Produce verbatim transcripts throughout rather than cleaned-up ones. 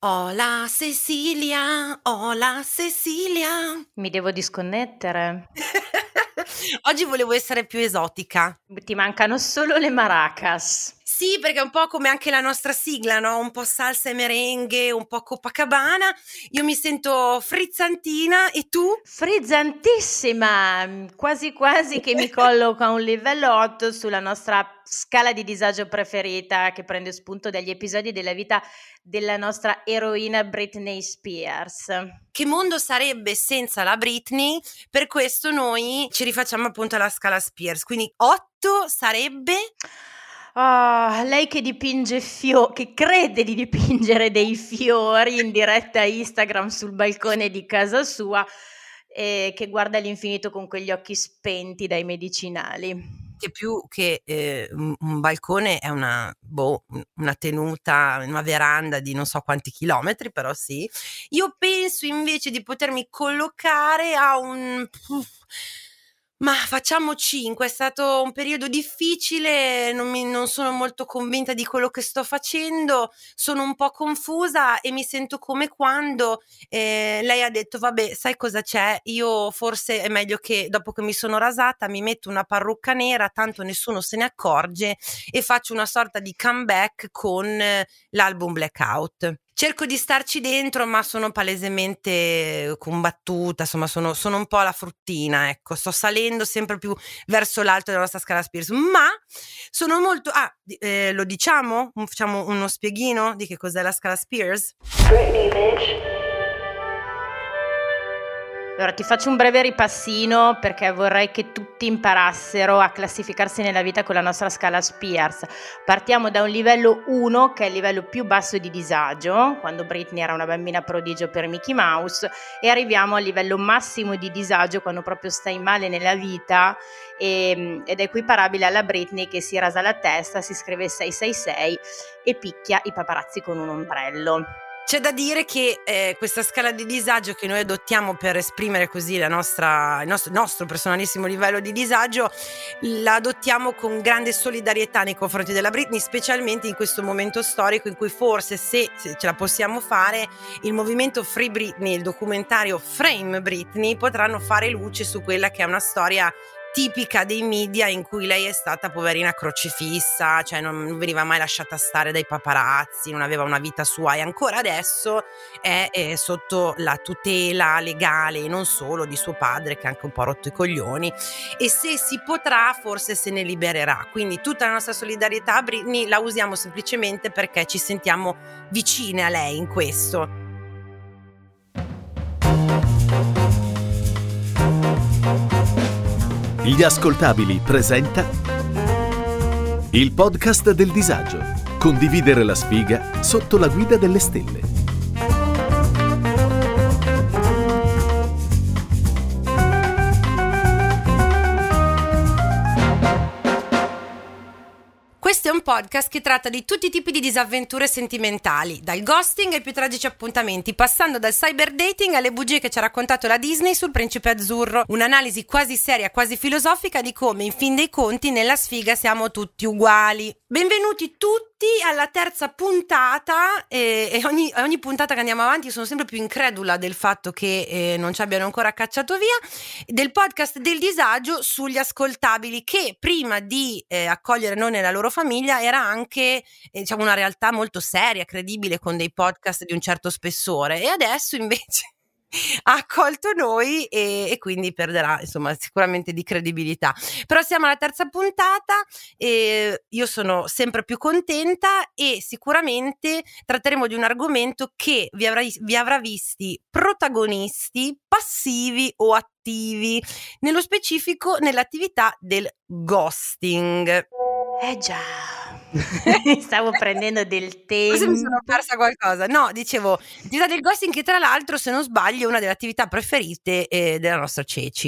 Hola Cecilia, hola Cecilia. Mi devo disconnettere. Oggi volevo essere più esotica. Ti mancano solo le maracas. Sì, perché è un po' come anche la nostra sigla, no? Un po' salsa e merengue, un po' Copacabana. Io mi sento frizzantina, e tu? Frizzantissima, quasi quasi che mi colloco a un livello otto sulla nostra scala di disagio preferita, che prende spunto dagli episodi della vita della nostra eroina Britney Spears. Che mondo sarebbe senza la Britney? Per questo noi ci rifacciamo appunto alla scala Spears, quindi otto sarebbe... Ah, lei che dipinge fiori, che crede di dipingere dei fiori in diretta Instagram sul balcone di casa sua e che guarda all'infinito con quegli occhi spenti dai medicinali. Che più che eh, un, un balcone è una, boh, una tenuta, una veranda di non so quanti chilometri, però sì. Io penso invece di potermi collocare a un... Ma facciamo cinque, è stato un periodo difficile, non, mi, non sono molto convinta di quello che sto facendo, sono un po' confusa e mi sento come quando eh, lei ha detto vabbè, sai cosa c'è, io forse è meglio che dopo che mi sono rasata mi metto una parrucca nera, tanto nessuno se ne accorge, e faccio una sorta di comeback con eh, l'album Blackout. Cerco di starci dentro, ma sono palesemente combattuta, insomma sono, sono un po' la fruttina, ecco, sto salendo sempre più verso l'alto della nostra scala Spears, ma sono molto... Ah, eh, lo diciamo? Facciamo uno spieghino di che cos'è la scala Spears? Britney, bitch. Allora ti faccio un breve ripassino perché vorrei che tutti imparassero a classificarsi nella vita con la nostra scala Spears. Partiamo da un livello uno, che è il livello più basso di disagio, quando Britney era una bambina prodigio per Mickey Mouse, e arriviamo al livello massimo di disagio quando proprio stai male nella vita, e, ed è equiparabile alla Britney che si rasa la testa, si scrive sei sei sei e picchia i paparazzi con un ombrello. C'è da dire che eh, questa scala di disagio che noi adottiamo per esprimere così la nostra, il nostro, nostro personalissimo livello di disagio, la adottiamo con grande solidarietà nei confronti della Britney, specialmente in questo momento storico in cui forse, se, se ce la possiamo fare, il movimento Free Britney, il documentario Frame Britney potranno fare luce su quella che è una storia tipica dei media in cui lei è stata poverina crocifissa, cioè non veniva mai lasciata stare dai paparazzi, non aveva una vita sua, e ancora adesso è, è sotto la tutela legale, e non solo di suo padre che ha anche un po' rotto i coglioni, e se si potrà forse se ne libererà. Quindi tutta la nostra solidarietà a Britney la usiamo semplicemente perché ci sentiamo vicine a lei in questo. Gli Ascoltabili presenta il podcast del disagio. Condividere la sfiga sotto la guida delle stelle. Questo è un podcast che tratta di tutti i tipi di disavventure sentimentali, dal ghosting ai più tragici appuntamenti, passando dal cyberdating alle bugie che ci ha raccontato la Disney sul Principe Azzurro. Un'analisi quasi seria, quasi filosofica di come, in fin dei conti, nella sfiga siamo tutti uguali. Benvenuti tutti alla terza puntata, eh, e ogni, ogni puntata che andiamo avanti sono sempre più incredula del fatto che eh, non ci abbiano ancora cacciato via, del podcast del disagio sugli ascoltabili, che prima di eh, accogliere noi nella loro famiglia era anche eh, diciamo una realtà molto seria, credibile, con dei podcast di un certo spessore, e adesso invece ha accolto noi e, e quindi perderà insomma sicuramente di credibilità. Però siamo alla terza puntata e io sono sempre più contenta, e sicuramente tratteremo di un argomento che vi avrà, vi avrà visti protagonisti, passivi o attivi, nello specifico nell'attività del ghosting. Eh già, stavo prendendo del tempo. Forse mi sono persa qualcosa. No, dicevo, l'attività del ghosting, che tra l'altro, se non sbaglio, è una delle attività preferite eh, della nostra Ceci.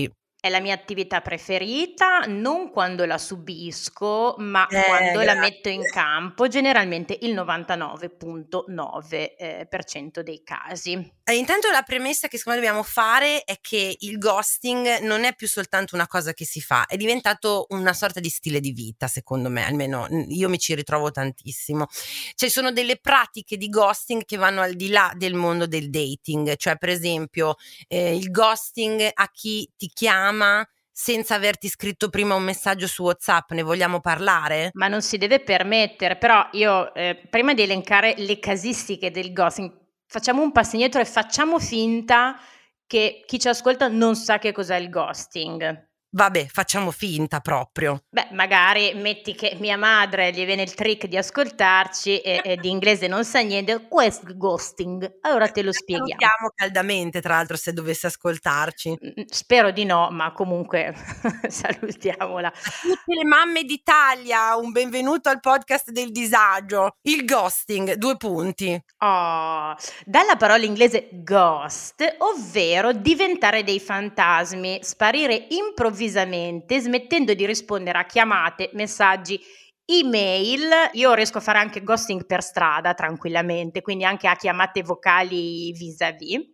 È la mia attività preferita, non quando la subisco, ma Eh, quando la grazie. metto in campo, generalmente il novantanove virgola nove eh, per cento dei casi. Eh, Intanto la premessa che secondo me dobbiamo fare è che il ghosting non è più soltanto una cosa che si fa, è diventato una sorta di stile di vita, secondo me, almeno mm, io mi ci ritrovo tantissimo. Ci sono delle pratiche di ghosting che vanno al di là del mondo del dating, cioè per esempio eh, il ghosting a chi ti chiama senza averti scritto prima un messaggio su WhatsApp, ne vogliamo parlare? Ma non si deve permettere, però io eh, prima di elencare le casistiche del ghosting, facciamo un passo indietro e facciamo finta che chi ci ascolta non sa che cos'è il ghosting. Vabbè, facciamo finta proprio. Beh, magari metti che mia madre gli viene il trick di ascoltarci e, e di inglese non sa niente, questo è ghosting, allora te lo spieghiamo. Salutiamo caldamente, tra l'altro, se dovesse ascoltarci. Mm, Spero di no, ma comunque salutiamola. A tutte le mamme d'Italia, un benvenuto al podcast del disagio. Il ghosting, due punti. Oh, dalla parola inglese ghost, ovvero diventare dei fantasmi, sparire improvvisamente, smettendo di rispondere a chiamate, messaggi, email. Io riesco a fare anche ghosting per strada tranquillamente, quindi anche a chiamate vocali vis-à-vis.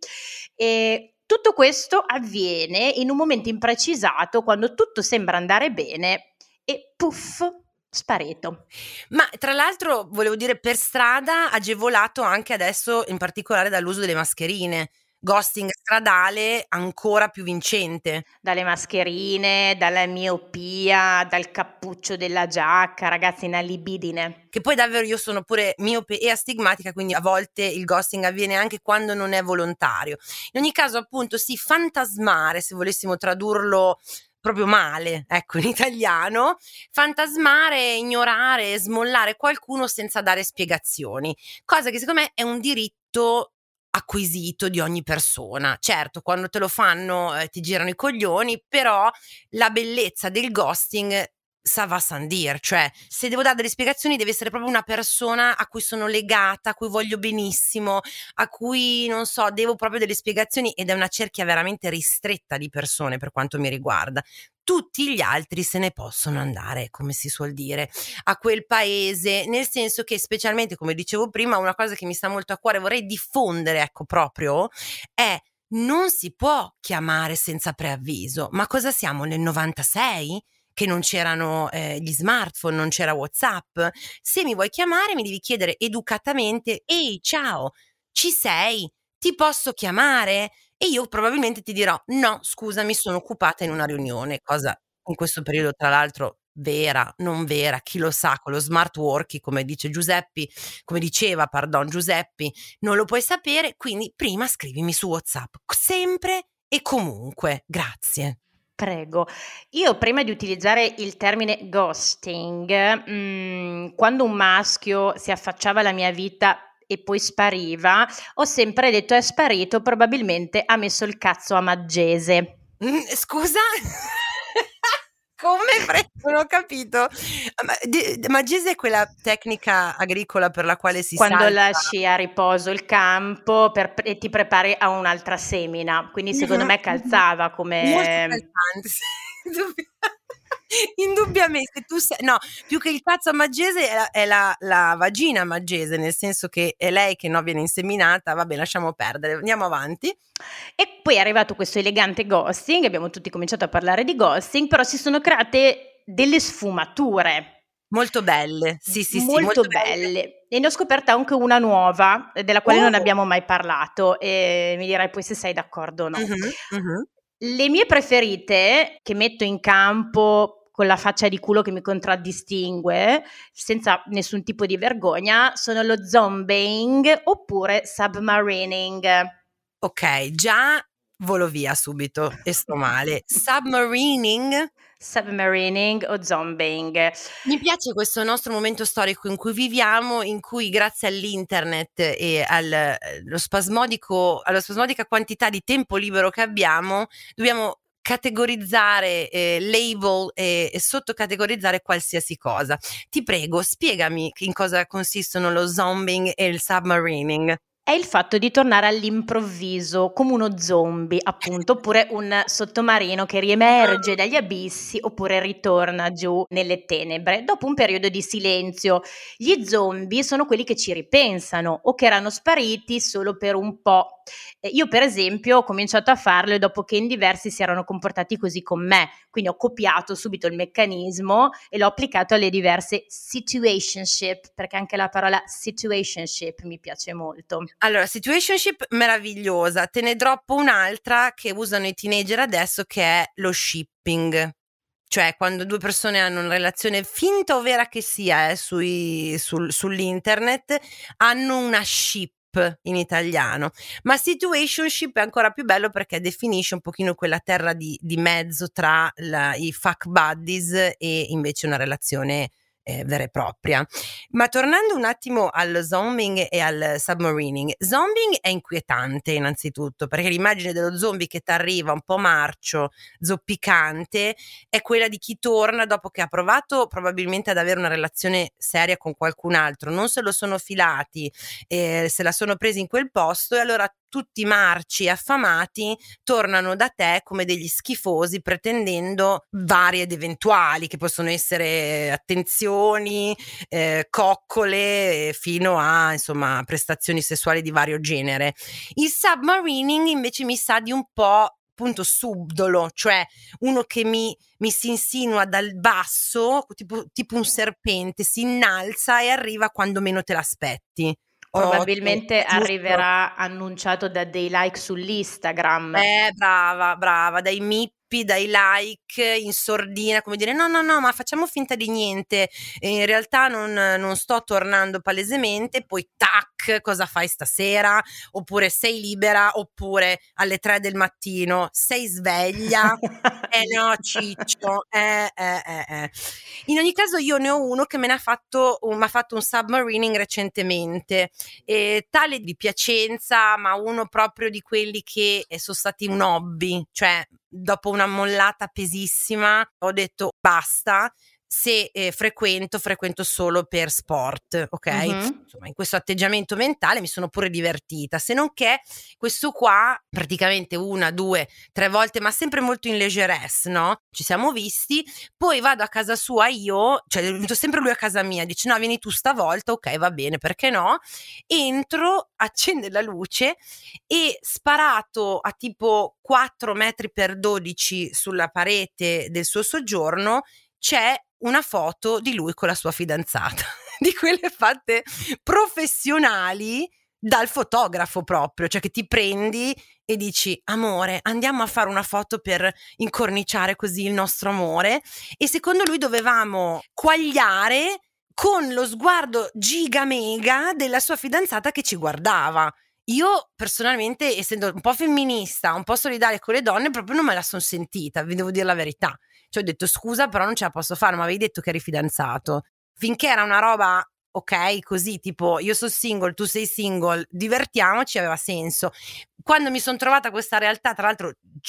E tutto questo avviene in un momento imprecisato, quando tutto sembra andare bene e puff, sparito. Ma tra l'altro volevo dire, per strada agevolato anche adesso in particolare dall'uso delle mascherine. Ghosting stradale ancora più vincente. Dalle mascherine, dalla miopia, dal cappuccio della giacca, ragazzi, una libidine. Che poi davvero io sono pure miope e astigmatica, quindi a volte il ghosting avviene anche quando non è volontario. In ogni caso, appunto, sì, fantasmare, se volessimo tradurlo proprio male, ecco, in italiano, fantasmare, ignorare, smollare qualcuno senza dare spiegazioni, cosa che secondo me è un diritto acquisito di ogni persona. Certo, quando te lo fanno eh, ti girano i coglioni, però la bellezza del ghosting ça va sans dire, cioè se devo dare delle spiegazioni deve essere proprio una persona a cui sono legata, a cui voglio benissimo, a cui non so, devo proprio delle spiegazioni, ed è una cerchia veramente ristretta di persone per quanto mi riguarda. Tutti gli altri se ne possono andare, come si suol dire, a quel paese, nel senso che, specialmente come dicevo prima, una cosa che mi sta molto a cuore, vorrei diffondere, ecco, proprio, è: non si può chiamare senza preavviso. Ma cosa siamo, nel novantasei? Che non c'erano eh, gli smartphone, non c'era WhatsApp? Se mi vuoi chiamare mi devi chiedere educatamente: ehi, ciao, ci sei? Ti posso chiamare? E io probabilmente ti dirò: no, scusami, sono occupata in una riunione, cosa in questo periodo tra l'altro vera, non vera, chi lo sa, con lo smart working, come dice Giuseppi, come diceva, pardon, Giuseppi, non lo puoi sapere, quindi prima scrivimi su WhatsApp, sempre e comunque, grazie. Prego. Io prima di utilizzare il termine ghosting, mh, quando un maschio si affacciava alla mia vita e poi spariva, ho sempre detto: è sparito, probabilmente ha messo il cazzo a Maggese. Mm, scusa? Come? Pre- non ho capito. Ma, di- Maggese è quella tecnica agricola per la quale si Quando salta. lasci a riposo il campo per- e ti prepari a un'altra semina, quindi secondo Mhm, me mhm. calzava Molto come... calzante, sì, indubbi- indubbiamente. Tu sei, no, più che il cazzo a Maggese è la, è la- la vagina a Maggese, nel senso che è lei che no, viene inseminata. Vabbè, lasciamo perdere, andiamo avanti. E poi è arrivato questo elegante ghosting, abbiamo tutti cominciato a parlare di ghosting, però si sono create delle sfumature Molto belle, sì, sì, sì, molto molto belle, e ne ho scoperta anche una nuova, eh, della quale non Oh! abbiamo mai parlato, e mi dirai poi se sei d'accordo o no. Mhm, mhm. Le mie preferite, che metto in campo con la faccia di culo che mi contraddistingue, senza nessun tipo di vergogna, sono lo zombieing oppure submarining. Ok, già volo via subito e sto male. Submarining? Submarining o zombieing. Mi piace questo nostro momento storico in cui viviamo, in cui grazie all'internet e al, eh, lo spasmodico, alla spasmodica quantità di tempo libero che abbiamo, dobbiamo categorizzare, eh, label e, e sottocategorizzare qualsiasi cosa. Ti prego, spiegami in cosa consistono lo zombing e il submarining. È il fatto di tornare all'improvviso come uno zombie, appunto, oppure un sottomarino che riemerge dagli abissi oppure ritorna giù nelle tenebre dopo un periodo di silenzio. Gli zombie sono quelli che ci ripensano o che erano spariti solo per un po'. Eh, Io per esempio ho cominciato a farlo dopo che in diversi si erano comportati così con me, quindi ho copiato subito il meccanismo e l'ho applicato alle diverse situationship, perché anche la parola situationship mi piace molto. Allora, situationship meravigliosa, te ne droppo un'altra che usano i teenager adesso, che è lo shipping. Cioè, quando due persone hanno una relazione finta o vera che sia, eh, sui, sul, sull'internet, hanno una ship in italiano, ma situationship è ancora più bello perché definisce un pochino quella terra di, di mezzo tra la, i fuck buddies e invece una relazione eh, vera e propria. Ma tornando un attimo allo zombing e al submarining, zombing è inquietante innanzitutto perché l'immagine dello zombie che ti arriva un po' marcio, zoppicante, è quella di chi torna dopo che ha provato probabilmente ad avere una relazione seria con qualcun altro, non se lo sono filati, eh, se la sono presi in quel posto, e allora tutti marci e affamati tornano da te come degli schifosi, pretendendo vari ed eventuali, che possono essere attenzioni, eh, coccole, eh, fino a insomma prestazioni sessuali di vario genere. Il submarining invece mi sa di un po' appunto subdolo, cioè uno che mi, mi si insinua dal basso, tipo, tipo un serpente, si innalza e arriva quando meno te l'aspetti. Probabilmente Oh, arriverà annunciato da dei like sull'Instagram. Eh, brava, brava, dai mippi, dai like in sordina, come dire no, no, no, ma facciamo finta di niente, e in realtà non, non sto tornando palesemente, poi tac, cosa fai stasera? Oppure sei libera, oppure alle tre del mattino sei sveglia? Eh no, ciccio, eh, eh, eh, eh. In ogni caso io ne ho uno che me ne ha fatto, mi ha fatto un submarining recentemente, eh, tale di Piacenza, ma uno proprio di quelli che sono stati un hobby, cioè dopo una mollata pesissima ho detto basta, se eh, frequento, frequento solo per sport, ok? Mhm. Insomma, in questo atteggiamento mentale mi sono pure divertita, se non che questo qua praticamente una, due, tre volte, ma sempre molto in legeresse, no? Ci siamo visti, poi vado a casa sua io, cioè è venuto sempre lui a casa mia, dice no, vieni tu stavolta, ok, va bene, perché no? Entro, accende la luce e sparato a tipo quattro metri per dodici sulla parete del suo soggiorno c'è una foto di lui con la sua fidanzata, di quelle fatte professionali dal fotografo proprio, cioè che ti prendi e dici amore, andiamo a fare una foto per incorniciare così il nostro amore, e secondo lui dovevamo quagliare con lo sguardo giga mega della sua fidanzata che ci guardava. Io personalmente, essendo un po' femminista, un po' solidale con le donne, proprio non me la sono sentita, vi devo dire la verità. Cioè ho detto scusa, però non ce la posso fare, ma avevi detto che eri fidanzato. Finché era una roba ok, così tipo io sono single, tu sei single, divertiamoci, aveva senso. Quando mi sono trovata questa realtà, tra l'altro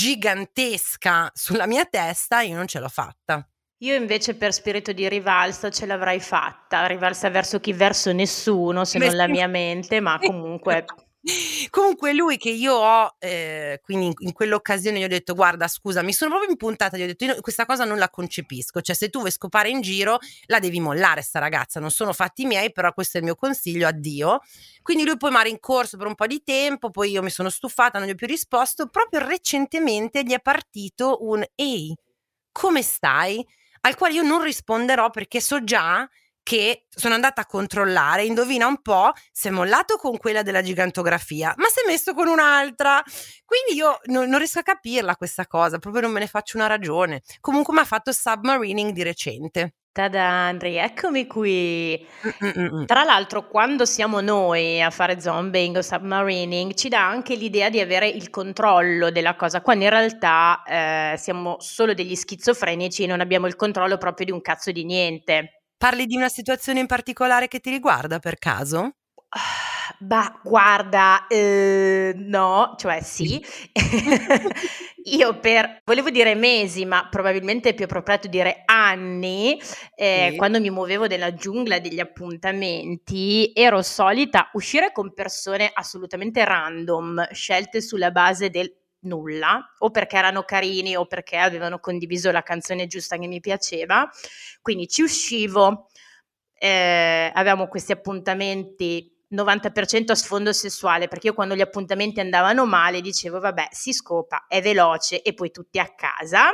gigantesca, sulla mia testa, io non ce l'ho fatta. Io invece per spirito di rivalsa ce l'avrei fatta, rivalsa verso chi? Verso nessuno, se non la mia mente, ma comunque... Comunque lui che io ho, eh, quindi in, in quell'occasione gli ho detto guarda scusa, mi sono proprio impuntata, gli ho detto io questa cosa non la concepisco, cioè se tu vuoi scopare in giro la devi mollare sta ragazza, non sono fatti miei, però questo è il mio consiglio, addio. Quindi lui poi mi ha rincorso per un po' di tempo, poi io mi sono stufata, non gli ho più risposto, proprio recentemente gli è partito un ehi, come stai? Al quale io non risponderò perché so già che sono andata a controllare, indovina un po', si è mollato con quella della gigantografia, ma si è messo con un'altra. Quindi io non, non riesco a capirla questa cosa, proprio non me ne faccio una ragione. Comunque mi ha fatto submarining di recente. Tada Andri, eccomi qui. Mm-mm-mm. Tra l'altro, quando siamo noi a fare zombing o submarining, ci dà anche l'idea di avere il controllo della cosa, quando in realtà eh, siamo solo degli schizofrenici e non abbiamo il controllo proprio di un cazzo di niente. Parli di una situazione in particolare che ti riguarda per caso? Bah, guarda, eh, no, cioè sì. Io per, volevo dire mesi, ma probabilmente è più appropriato dire anni, eh, Sì. quando mi muovevo nella giungla degli appuntamenti, ero solita uscire con persone assolutamente random, scelte sulla base del nulla, o perché erano carini o perché avevano condiviso la canzone giusta che mi piaceva. Quindi ci uscivo, eh, avevamo questi appuntamenti novanta per cento a sfondo sessuale, perché io quando gli appuntamenti andavano male dicevo vabbè, si scopa, è veloce e poi tutti a casa.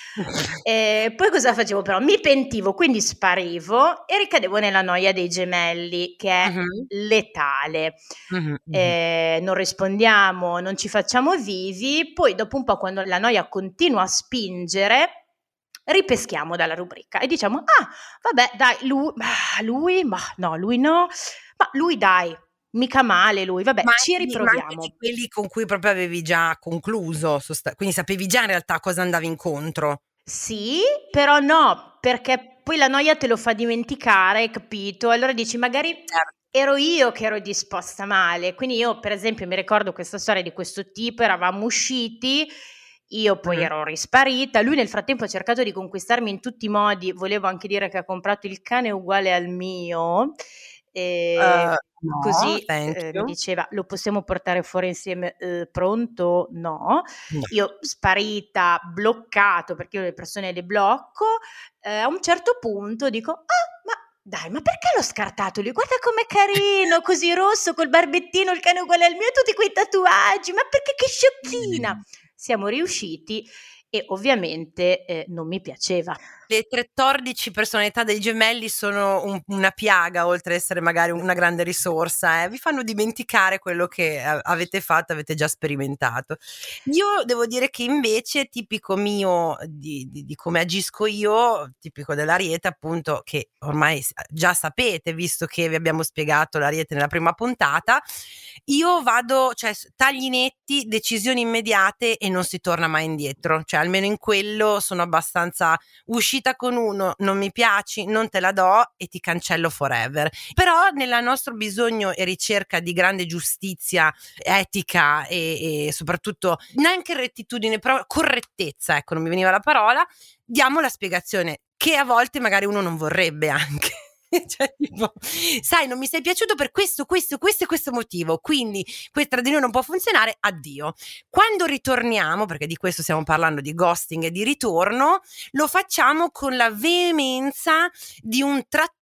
E poi cosa facevo però? Mi pentivo, quindi sparivo e ricadevo nella noia dei gemelli, che è Mhm. letale. Mhm, mhm. Eh, non rispondiamo, non ci facciamo vivi, poi dopo un po', quando la noia continua a spingere, ripeschiamo dalla rubrica e diciamo ah vabbè dai, lui, ah, lui ma no, lui no, ma lui dai, mica male lui, vabbè, Ma ci anche, di, ma anche di riproviamo. quelli con cui proprio avevi già concluso, sosta- quindi sapevi già in realtà cosa andavi incontro. Sì, però no, perché poi la noia te lo fa dimenticare, capito? Allora dici magari Certo. ero io che ero disposta male. Quindi io, per esempio, mi ricordo questa storia di questo tipo, eravamo usciti, io poi Mhm. ero risparita, lui nel frattempo ha cercato di conquistarmi in tutti i modi, volevo anche dire che ha comprato il cane uguale al mio, e Uh, no, così thank eh, mi you. diceva lo possiamo portare fuori insieme, eh, pronto? No. No. Io sparita, bloccato, perché io le persone le blocco, eh, a un certo punto dico ah ma dai, ma perché l'ho scartato lui? Guarda com'è carino, così rosso, col barbettino, il cane uguale al mio, e tutti quei tatuaggi, ma perché che sciocchina! Siamo riusciti e ovviamente eh, non mi piaceva. Le trettordici personalità dei gemelli sono un- una piaga, oltre ad essere magari una grande risorsa, eh. Vi fanno dimenticare quello che eh, avete fatto, avete già sperimentato. Io devo dire che invece, tipico mio di, di- di come agisco io, tipico dell'Ariete, appunto, che ormai s- già sapete, visto che vi abbiamo spiegato l'Ariete nella prima puntata, io vado, cioè s- tagli netti, decisioni immediate e non si torna mai indietro, cioè almeno in quello sono abbastanza uscita con uno, non mi piaci, non te la do e ti cancello forever. Però nel nostro bisogno e ricerca di grande giustizia etica e, e soprattutto neanche rettitudine, però correttezza, ecco, non mi veniva la parola, diamo la spiegazione che a volte magari uno non vorrebbe anche. Cioè, tipo, sai, non mi sei piaciuto per questo, questo, questo e questo motivo, quindi questo tra di noi non può funzionare, addio. Quando ritorniamo, perché di questo stiamo parlando, di ghosting e di ritorno, lo facciamo con la veemenza di un trattore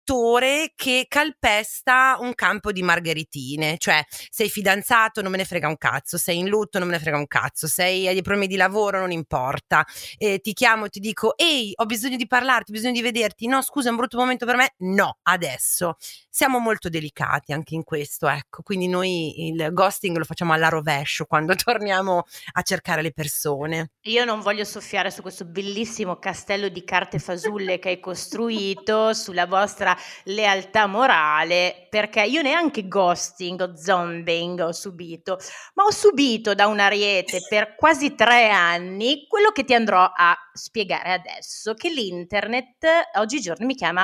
che calpesta un campo di margheritine, cioè sei fidanzato, non me ne frega un cazzo, sei in lutto, non me ne frega un cazzo, sei hai dei problemi di lavoro, non importa, eh, ti chiamo e ti dico ehi, ho bisogno di parlarti, ho bisogno di vederti, no scusa è un brutto momento per me, no, adesso. Siamo molto delicati anche in questo, ecco, quindi noi il ghosting lo facciamo alla rovescio quando torniamo a cercare le persone. Io non voglio soffiare su questo bellissimo castello di carte fasulle che hai costruito, sulla vostra lealtà morale, perché io neanche ghosting o zombing ho subito, ma ho subito da un Ariete per quasi tre anni quello che ti andrò a spiegare adesso, che l'internet oggigiorno mi chiama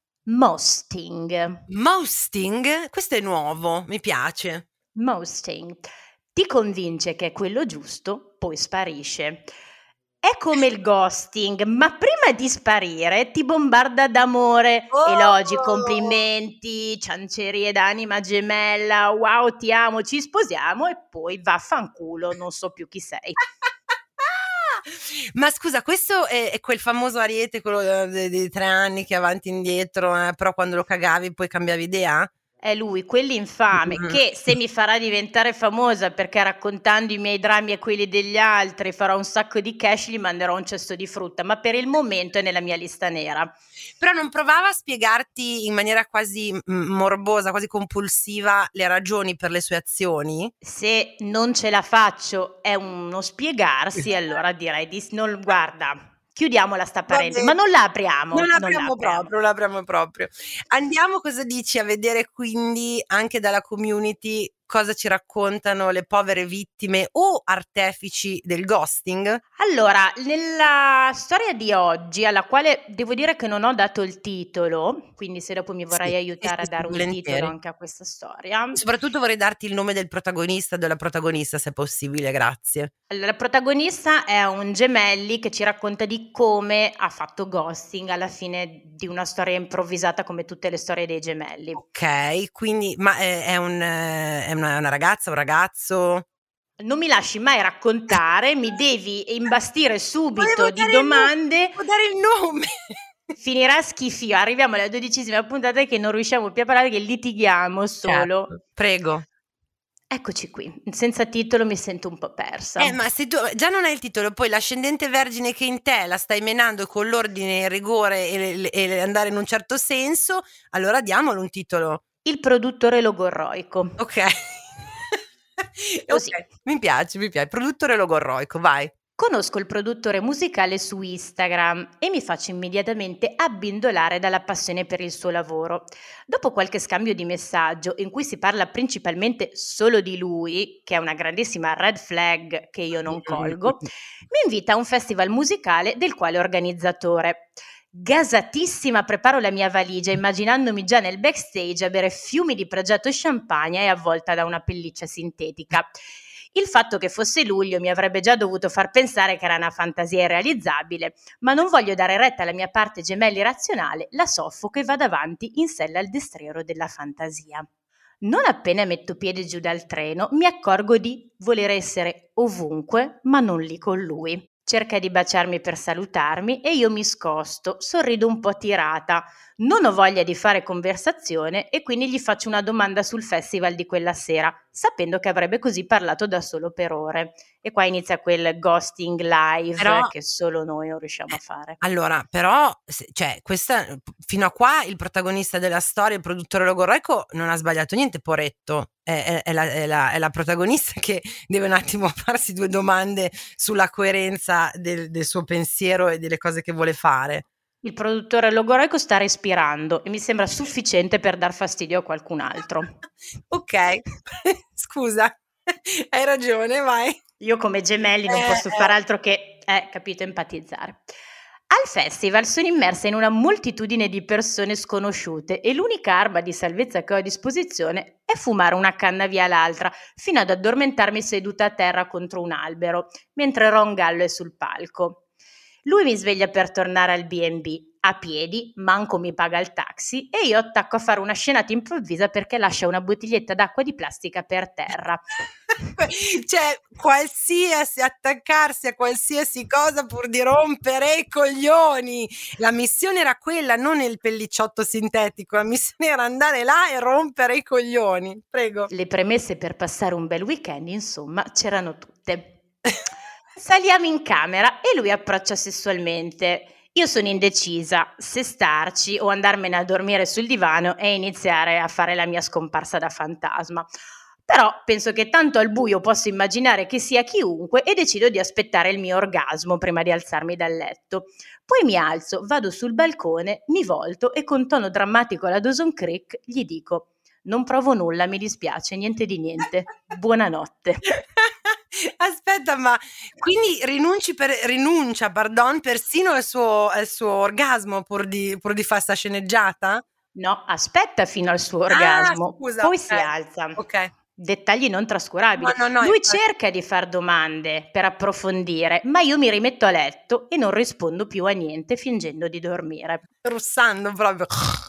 mosting. Mosting? Questo è nuovo, mi piace. Mosting. Ti convince che è quello giusto, poi sparisce. È come il ghosting, ma prima di sparire ti bombarda d'amore, elogi, Oh! complimenti, ciancerie d'anima gemella, wow, ti amo, ci sposiamo e poi vaffanculo, non so più chi sei. Ma scusa, questo è, è quel famoso Ariete, quello eh, dei, dei tre anni che avanti e indietro, eh, però quando lo cagavi poi cambiavi idea? È lui, quell'infame, che se mi farà diventare famosa perché raccontando i miei drammi e quelli degli altri farò un sacco di cash, gli manderò un cesto di frutta, ma per il momento è nella mia lista nera. Però non provava a spiegarti in maniera quasi mm, morbosa, quasi compulsiva, le ragioni per le sue azioni? Se non ce la faccio, è uno spiegarsi, allora direi di non, guarda, chiudiamola sta Va parentesi, ma bene. non la apriamo, Non non la l'apriamo apriamo. proprio, non l'apriamo proprio. Andiamo, cosa dici, a vedere quindi anche dalla community cosa ci raccontano le povere vittime o artefici del ghosting? Allora, nella storia di oggi, alla quale devo dire che non ho dato il titolo, quindi se dopo mi vorrai Sì, aiutare sì, a dare sì, un titolo volentieri. anche a questa storia. Soprattutto vorrei darti il nome del protagonista o della protagonista, se è possibile, grazie. Allora, la protagonista è un gemelli che ci racconta di come ha fatto ghosting alla fine di una storia improvvisata come tutte le storie dei gemelli. Ok, quindi, ma è, è un, eh, è una, una ragazza, un ragazzo? Non mi lasci mai raccontare, mi devi imbastire subito Volevo di dare il nome, domande. volevo dare il nome. Finirà schifio, arriviamo alla dodicesima puntata che non riusciamo più a parlare, che litighiamo solo. Certo, prego. Eccoci qui, senza titolo mi sento un po' persa. Eh, ma se tu già non hai il titolo, poi l'ascendente vergine che in te la stai menando con l'ordine, il rigore e, le- e andare in un certo senso, allora diamolo un titolo. Il produttore logorroico. Ok. Così. Ok, mi piace, mi piace. Produttore logorroico, vai. Conosco il produttore musicale su Instagram e mi faccio immediatamente abbindolare dalla passione per il suo lavoro. Dopo qualche scambio di messaggio in cui si parla principalmente solo di lui, che è una grandissima red flag che io non colgo, mi invita a un festival musicale del quale è organizzatore. Gasatissima preparo la mia valigia immaginandomi già nel backstage a bere fiumi di progetto champagne e avvolta da una pelliccia sintetica. Il fatto che fosse luglio mi avrebbe già dovuto far pensare che era una fantasia irrealizzabile, ma non voglio dare retta alla mia parte gemelli razionale, la soffoco e vado avanti in sella al destriero della fantasia. Non appena metto piede giù dal treno, mi accorgo di voler essere ovunque, ma non lì con lui. Cerca di baciarmi per salutarmi e io mi scosto, sorrido un po' tirata. Non ho voglia di fare conversazione e quindi gli faccio una domanda sul festival di quella sera, sapendo che avrebbe così parlato da solo per ore. E qua inizia quel ghosting live Però- che solo noi non riusciamo a fare. Allora, però, se- cioè, questa, fino a qua il protagonista della storia, il produttore logorroico, non ha sbagliato niente, poretto. È, è- è la, è la- è la protagonista che deve un attimo farsi due domande sulla coerenza del, del suo pensiero e delle cose che vuole fare. Il produttore logorroico sta respirando e mi sembra sufficiente per dar fastidio a qualcun altro. Ok, scusa, hai ragione, vai. Io come gemelli non Eh, posso eh. fare altro che, eh, capito, empatizzare. Al festival sono immersa in una moltitudine di persone sconosciute e l'unica arma di salvezza che ho a disposizione è fumare una canna via l'altra, fino ad addormentarmi seduta a terra contro un albero, mentre Ron Gallo è sul palco. Lui mi sveglia per tornare al B and B, a piedi, manco mi paga il taxi e io attacco a fare una scenata improvvisa perché lascia una bottiglietta d'acqua di plastica per terra. Cioè, qualsiasi attaccarsi a qualsiasi cosa pur di rompere i coglioni. La missione era quella, non il pellicciotto sintetico, la missione era andare là e rompere i coglioni. Prego. Le premesse per passare un bel weekend, insomma, c'erano tutte. Saliamo in camera e lui approccia sessualmente. Io sono indecisa se starci o andarmene a dormire sul divano e iniziare a fare la mia scomparsa da fantasma. Però penso che tanto al buio posso immaginare che sia chiunque e decido di aspettare il mio orgasmo prima di alzarmi dal letto. Poi mi alzo, vado sul balcone, mi volto e con tono drammatico alla Dawson Creek gli dico: non provo nulla, mi dispiace, niente di niente. Buonanotte. Aspetta, ma quindi rinunci per, rinuncia, pardon, persino al suo, al suo orgasmo pur di, pur di fare sta sceneggiata? No, aspetta fino al suo orgasmo, Ah, scusa, poi ok, si alza. ok. Dettagli non trascurabili. No, no, no, Lui infatti. cerca di far domande per approfondire, ma io mi rimetto a letto e non rispondo più a niente fingendo di dormire. Russando proprio.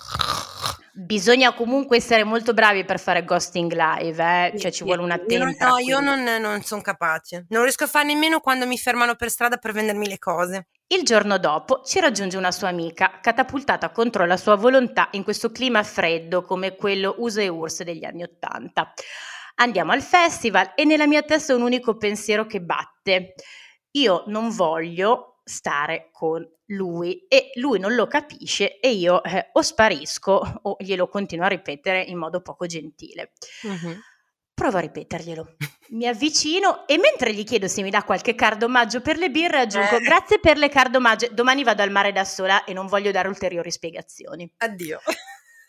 Bisogna comunque essere molto bravi per fare ghosting live, eh? Cioè ci vuole una Io non- tempra. No, io quindi. non, non sono capace. Non riesco a fare nemmeno quando mi fermano per strada per vendermi le cose. Il giorno dopo ci raggiunge una sua amica, catapultata contro la sua volontà in questo clima freddo come quello U S E U R S S degli anni Ottanta. Andiamo al festival e nella mia testa è un unico pensiero che batte. Io non voglio stare con lui e lui non lo capisce e io eh, o sparisco o glielo continuo a ripetere in modo poco gentile. Provo a ripeterglielo. Mi avvicino e mentre gli chiedo se mi dà qualche card omaggio per le birre aggiungo Eh. grazie per le card omaggio, domani vado al mare da sola e non voglio dare ulteriori spiegazioni. Addio.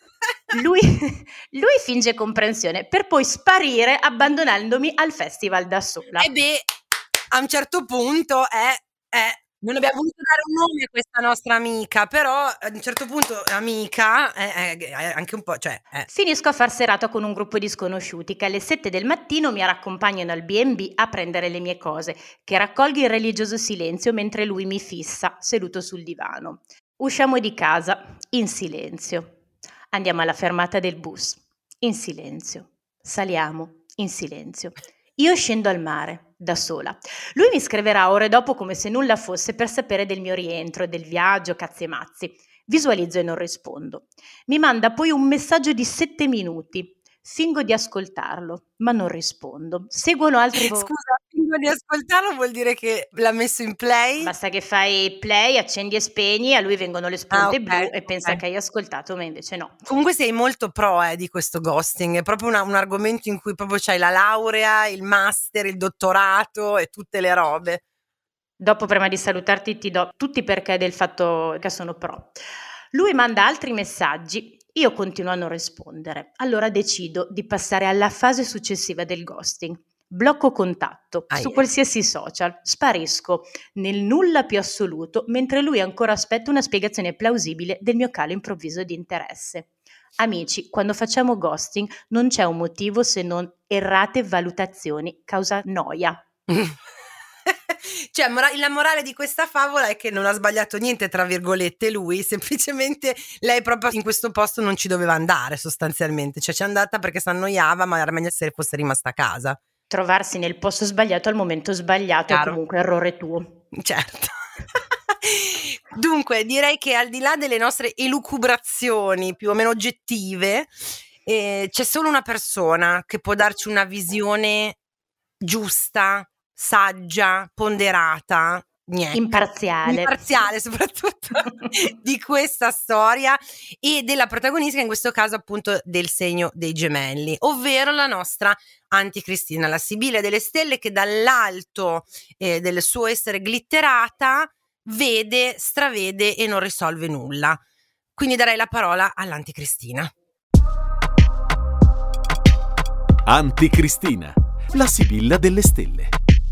Lui, lui finge comprensione per poi sparire abbandonandomi al festival da sola. E beh, a un certo punto è... è non abbiamo voluto dare un nome a questa nostra amica, però a un certo punto amica è, è, è anche un po', cioè è. Finisco a far serata con un gruppo di sconosciuti che alle sette del mattino mi raccompagnano al bi e bi a prendere le mie cose, che raccolgo in religioso silenzio mentre lui mi fissa seduto sul divano. Usciamo di casa in silenzio. Andiamo alla fermata del bus in silenzio. Saliamo in silenzio. Io scendo al mare, da sola. Lui mi scriverà ore dopo come se nulla fosse per sapere del mio rientro, del viaggio, cazzi e mazzi. Visualizzo e non rispondo. Mi manda poi un messaggio di sette minuti. Fingo di ascoltarlo, ma non rispondo. Seguono altri... Scusa, fingo di ascoltarlo vuol dire che l'ha messo in play? Basta che fai play, accendi e spegni, a lui vengono le spunte ah, okay, blu e okay. pensa che hai ascoltato, ma invece no. Comunque sei molto pro eh, di questo ghosting, è proprio una, un argomento in cui proprio c'hai la laurea, il master, il dottorato e tutte le robe. Dopo, prima di salutarti, ti do tutti i perché del fatto che sono pro. Lui manda altri messaggi, io continuo a non rispondere. Allora decido di passare alla fase successiva del ghosting. Blocco contatto ah, su yeah. qualsiasi social, sparisco nel nulla più assoluto mentre lui ancora aspetta una spiegazione plausibile del mio calo improvviso di interesse. Amici, quando facciamo ghosting non c'è un motivo se non errate valutazioni causa noia. Cioè la morale di questa favola è che non ha sbagliato niente tra virgolette lui, semplicemente lei proprio in questo posto non ci doveva andare sostanzialmente, cioè c'è andata perché si annoiava, ma era meglio se fosse rimasta a casa. Trovarsi nel posto sbagliato al momento sbagliato Chiaro. È comunque errore tuo. Certo. Dunque direi che al di là delle nostre elucubrazioni più o meno oggettive eh, c'è solo una persona che può darci una visione giusta, saggia, ponderata, niente. imparziale imparziale soprattutto di questa storia e della protagonista, in questo caso appunto del segno dei gemelli, ovvero la nostra Anticristina, la Sibilla delle stelle che dall'alto eh, del suo essere glitterata vede, stravede e non risolve nulla. Quindi darei la parola all'Anticristina. Anticristina, la Sibilla delle stelle.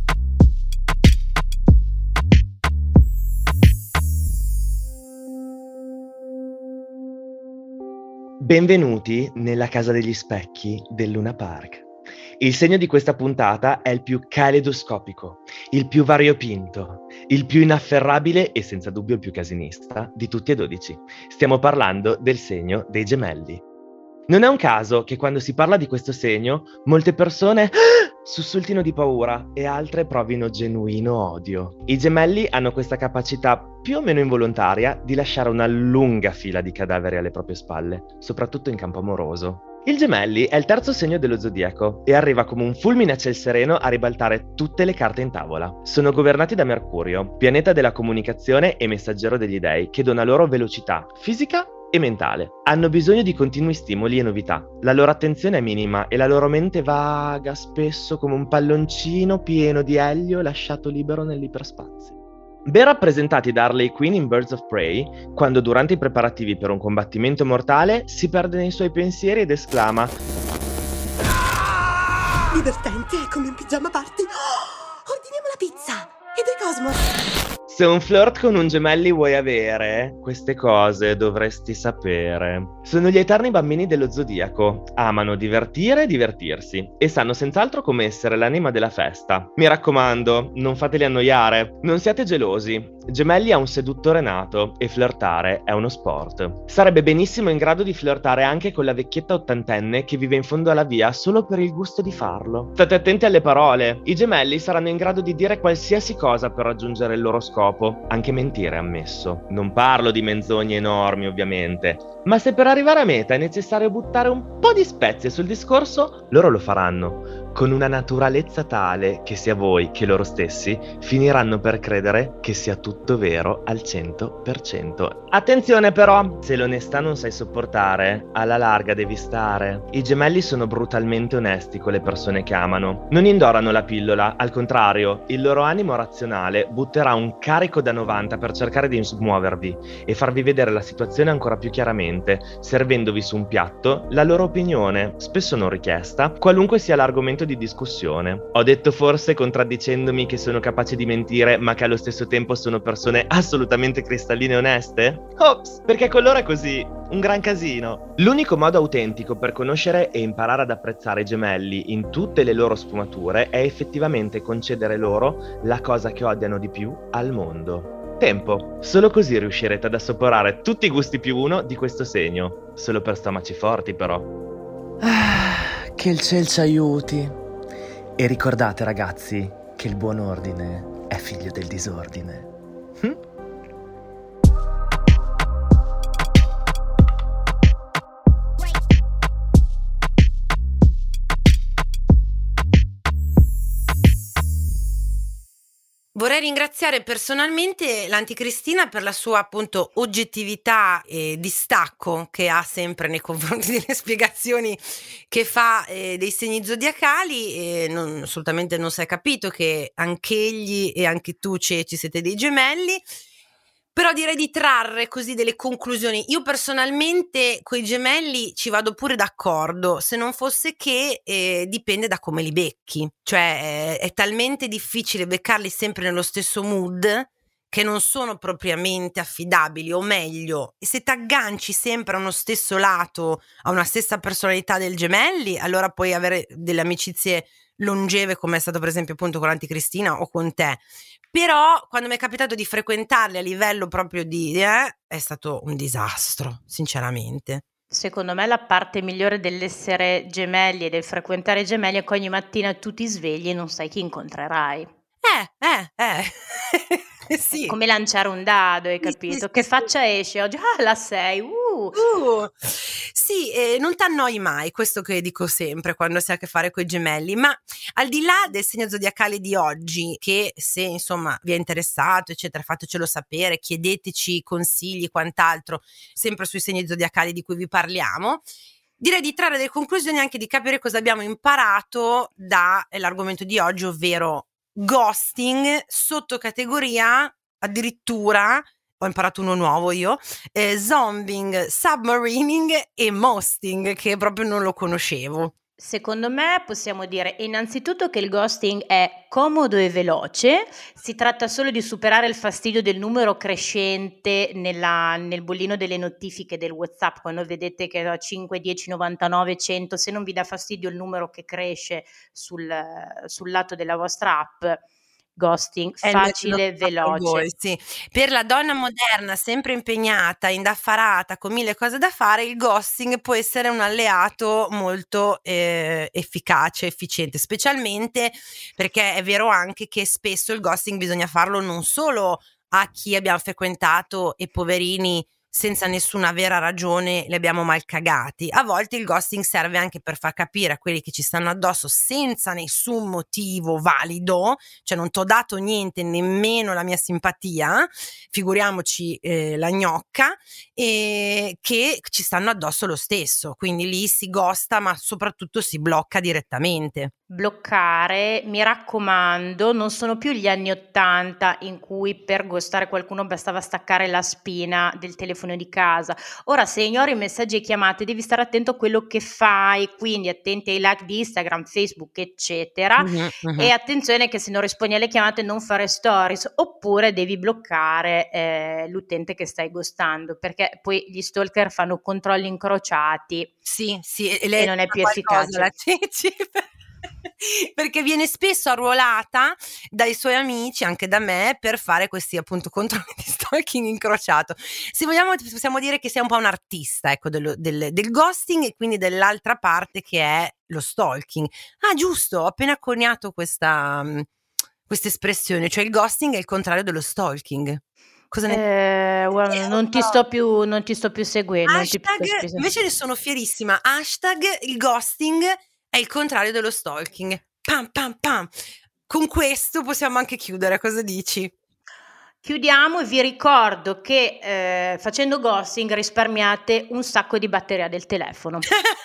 Benvenuti nella casa degli specchi del Luna Park. Il segno di questa puntata è il più caleidoscopico, il più variopinto, il più inafferrabile e senza dubbio il più casinista di tutti e dodici. Stiamo parlando del segno dei gemelli. Non è un caso che quando si parla di questo segno, molte persone sussultino di paura e altre provino genuino odio. I gemelli hanno questa capacità più o meno involontaria di lasciare una lunga fila di cadaveri alle proprie spalle, soprattutto in campo amoroso. Il gemelli è il terzo segno dello zodiaco e arriva come un fulmine a ciel sereno a ribaltare tutte le carte in tavola. Sono governati da Mercurio, pianeta della comunicazione e messaggero degli dei, che dona loro velocità fisica e mentale. Hanno bisogno di continui stimoli e novità. La loro attenzione è minima e la loro mente vaga spesso come un palloncino pieno di elio lasciato libero nell'iperspazio. Ben rappresentati da Harley Quinn in Birds of Prey, quando durante i preparativi per un combattimento mortale si perde nei suoi pensieri ed esclama: divertente, è come un pigiama party. Oh, ordiniamo la pizza e dei Cosmos. Se un flirt con un gemelli vuoi avere, queste cose dovresti sapere. Sono gli eterni bambini dello zodiaco. Amano divertire e divertirsi e sanno senz'altro come essere l'anima della festa. Mi raccomando, non fateli annoiare, non siate gelosi. Gemelli ha un seduttore nato e flirtare è uno sport. Sarebbe benissimo in grado di flirtare anche con la vecchietta ottantenne che vive in fondo alla via solo per il gusto di farlo. State attenti alle parole. I gemelli saranno in grado di dire qualsiasi cosa per raggiungere il loro scopo. Anche mentire, ammesso. Non parlo di menzogne enormi, ovviamente. Ma se per arrivare a meta è necessario buttare un po' di spezie sul discorso, loro lo faranno. con una naturalezza tale che sia voi che loro stessi finiranno per credere che sia tutto vero al cento per cento. Attenzione però, se l'onestà non sai sopportare, alla larga devi stare. I gemelli sono brutalmente onesti con le persone che amano. Non indorano la pillola, al contrario, il loro animo razionale butterà un carico da novanta per cercare di smuovervi e farvi vedere la situazione ancora più chiaramente, servendovi su un piatto la loro opinione, spesso non richiesta, qualunque sia l'argomento di discussione. Ho detto forse contraddicendomi che sono capaci di mentire, ma che allo stesso tempo sono persone assolutamente cristalline e oneste? Ops, perché con loro è così, un gran casino. L'unico modo autentico per conoscere e imparare ad apprezzare i gemelli in tutte le loro sfumature è effettivamente concedere loro la cosa che odiano di più al mondo. Tempo. Solo così riuscirete ad assaporare tutti i gusti più uno di questo segno. Solo per stomaci forti, però. Ah, che il ciel ci aiuti. E ricordate, ragazzi, che il buon ordine è figlio del disordine. Hm? Vorrei ringraziare personalmente l'Anticristina per la sua appunto oggettività e distacco che ha sempre nei confronti delle spiegazioni che fa eh, dei segni zodiacali, e non, assolutamente non si è capito che anch'egli e anche tu, Ceci, siete dei gemelli. Però direi di trarre così delle conclusioni. Io personalmente coi gemelli ci vado pure d'accordo, se non fosse che eh, dipende da come li becchi. Cioè è, è talmente difficile beccarli sempre nello stesso mood che non sono propriamente affidabili, o meglio, se ti agganci sempre a uno stesso lato, a una stessa personalità del gemelli, allora puoi avere delle amicizie longeve, come è stato per esempio appunto con l'Anticristina o con te. Però quando mi è capitato di frequentarli a livello proprio di eh, è stato un disastro, sinceramente. Secondo me la parte migliore dell'essere gemelli e del frequentare gemelli è che ogni mattina tu ti svegli e non sai chi incontrerai. Eh, eh, eh. Sì. È come lanciare un dado, hai Sì, capito? sì, Che sì, faccia esce oggi? Ah, la sei, uh! Uh, sì, eh, non ti annoi mai, questo che dico sempre quando si ha a che fare con i gemelli, ma al di là del segno zodiacale di oggi, che se insomma vi è interessato eccetera, fatecelo sapere, chiedeteci consigli, quant'altro, sempre sui segni zodiacali di cui vi parliamo, direi di trarre delle conclusioni, anche di capire cosa abbiamo imparato dall'argomento di oggi, ovvero ghosting, sottocategoria addirittura ho imparato uno nuovo io, eh, zombing, submarining e mosting, che proprio non lo conoscevo. Secondo me possiamo dire innanzitutto che il ghosting è comodo e veloce, si tratta solo di superare il fastidio del numero crescente nella, nel bollino delle notifiche del WhatsApp, quando vedete che da cinque, dieci, novantanove, cento, se non vi dà fastidio il numero che cresce sul, sul lato della vostra app, ghosting È il facile, metodo per veloce. voi, sì. Per la donna moderna, sempre impegnata, indaffarata, con mille cose da fare, il ghosting può essere un alleato molto eh, efficace, efficiente, specialmente perché è vero anche che spesso il ghosting bisogna farlo non solo a chi abbiamo frequentato e poverini senza nessuna vera ragione li abbiamo mal cagati. A volte il ghosting serve anche per far capire a quelli che ci stanno addosso senza nessun motivo valido, cioè non t'ho dato niente, nemmeno la mia simpatia, figuriamoci eh, la gnocca, e che ci stanno addosso lo stesso. Quindi lì si ghosta, ma soprattutto si blocca direttamente. Bloccare, mi raccomando, non sono più gli anni ottanta in cui per ghostare qualcuno bastava staccare la spina del telefono di casa. Ora se ignori messaggi e chiamate devi stare attento a quello che fai, quindi attenti ai like di Instagram, Facebook eccetera, Mm-hmm, mm-hmm. e attenzione che se non rispondi alle chiamate non fare stories, oppure devi bloccare eh, l'utente che stai ghostando, perché poi gli stalker fanno controlli incrociati. Sì, sì, e, e lei non è più qualcosa, efficace. La Ceci, perché viene spesso arruolata dai suoi amici, anche da me, per fare questi appunto controlli di stalking incrociato. Se vogliamo possiamo dire che sei un po' un artista, ecco, dello, del, del ghosting, e quindi dell'altra parte che è lo stalking. Ah, giusto, ho appena coniato questa questa espressione, cioè il ghosting è il contrario dello stalking. Cosa ne eh, guarda, non ti sto più non ti sto più seguendo. Hashtag, non ti invece ne sono fierissima, hashtag il ghosting è il contrario dello stalking. Pam pam pam. Con questo possiamo anche chiudere, cosa dici? Chiudiamo e vi ricordo che eh, facendo ghosting risparmiate un sacco di batteria del telefono.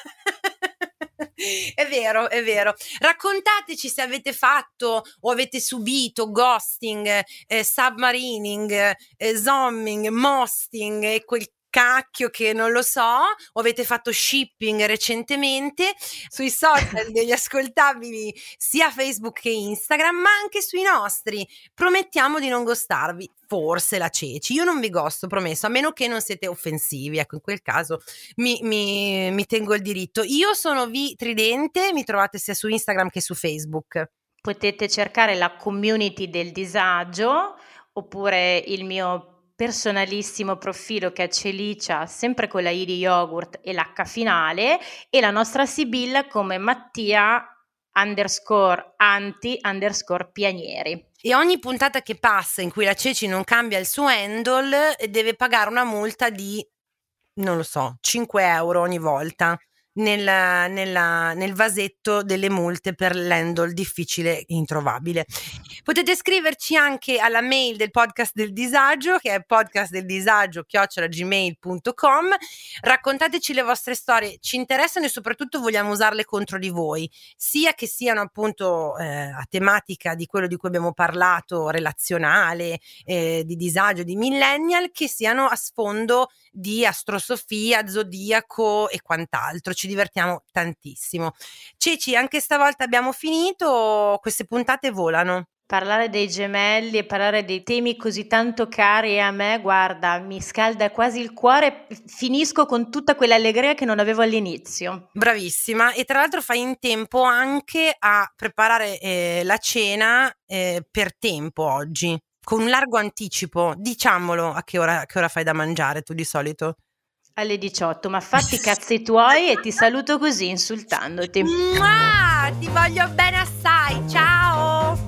È vero, è vero. Raccontateci se avete fatto o avete subito ghosting, eh, submarining, eh, zooming, mosting e quel cacchio che non lo so, o avete fatto shipping recentemente sui social degli ascoltabili sia Facebook che Instagram, ma anche sui nostri. Promettiamo di non ghostarvi, forse la Ceci, io non vi ghosto, promesso, a meno che non siete offensivi, ecco, in quel caso mi, mi, mi tengo il diritto. Io sono V Tridente, mi trovate sia su Instagram che su Facebook. Potete cercare la community del disagio oppure il mio personalissimo profilo che è Celicia, sempre con la I di yogurt e l'H finale, e la nostra Sibilla come Mattia underscore anti underscore pianieri. E ogni puntata che passa in cui la Ceci non cambia il suo handle deve pagare una multa di, non lo so, cinque euro ogni volta nel, nella, nel vasetto delle multe per l'handle difficile e introvabile. Potete scriverci anche alla mail del podcast del disagio, che è podcastdeldisagio chiocciola gmail punto com. Raccontateci le vostre storie, ci interessano e soprattutto vogliamo usarle contro di voi, sia che siano appunto eh, a tematica di quello di cui abbiamo parlato, relazionale, eh, di disagio, di millennial, che siano a sfondo di astrosofia, zodiaco e quant'altro. Ci divertiamo tantissimo. Ceci, anche stavolta abbiamo finito, queste puntate volano. Parlare dei gemelli e parlare dei temi così tanto cari a me, guarda, mi scalda quasi il cuore, finisco con tutta quell'allegria che non avevo all'inizio. Bravissima, e tra l'altro fai in tempo anche a preparare eh, la cena eh, per tempo oggi, con un largo anticipo. Diciamolo, a che ora, a che ora fai da mangiare tu di solito? Alle diciotto, ma fatti i cazzi tuoi e ti saluto così insultandoti. Mua! Ti voglio bene assai, ciao!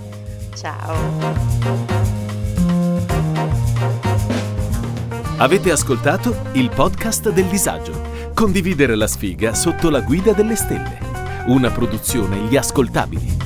Ciao. Avete ascoltato il podcast del disagio. Condividere la sfiga sotto la guida delle stelle. Una produzione Gli Ascoltabili.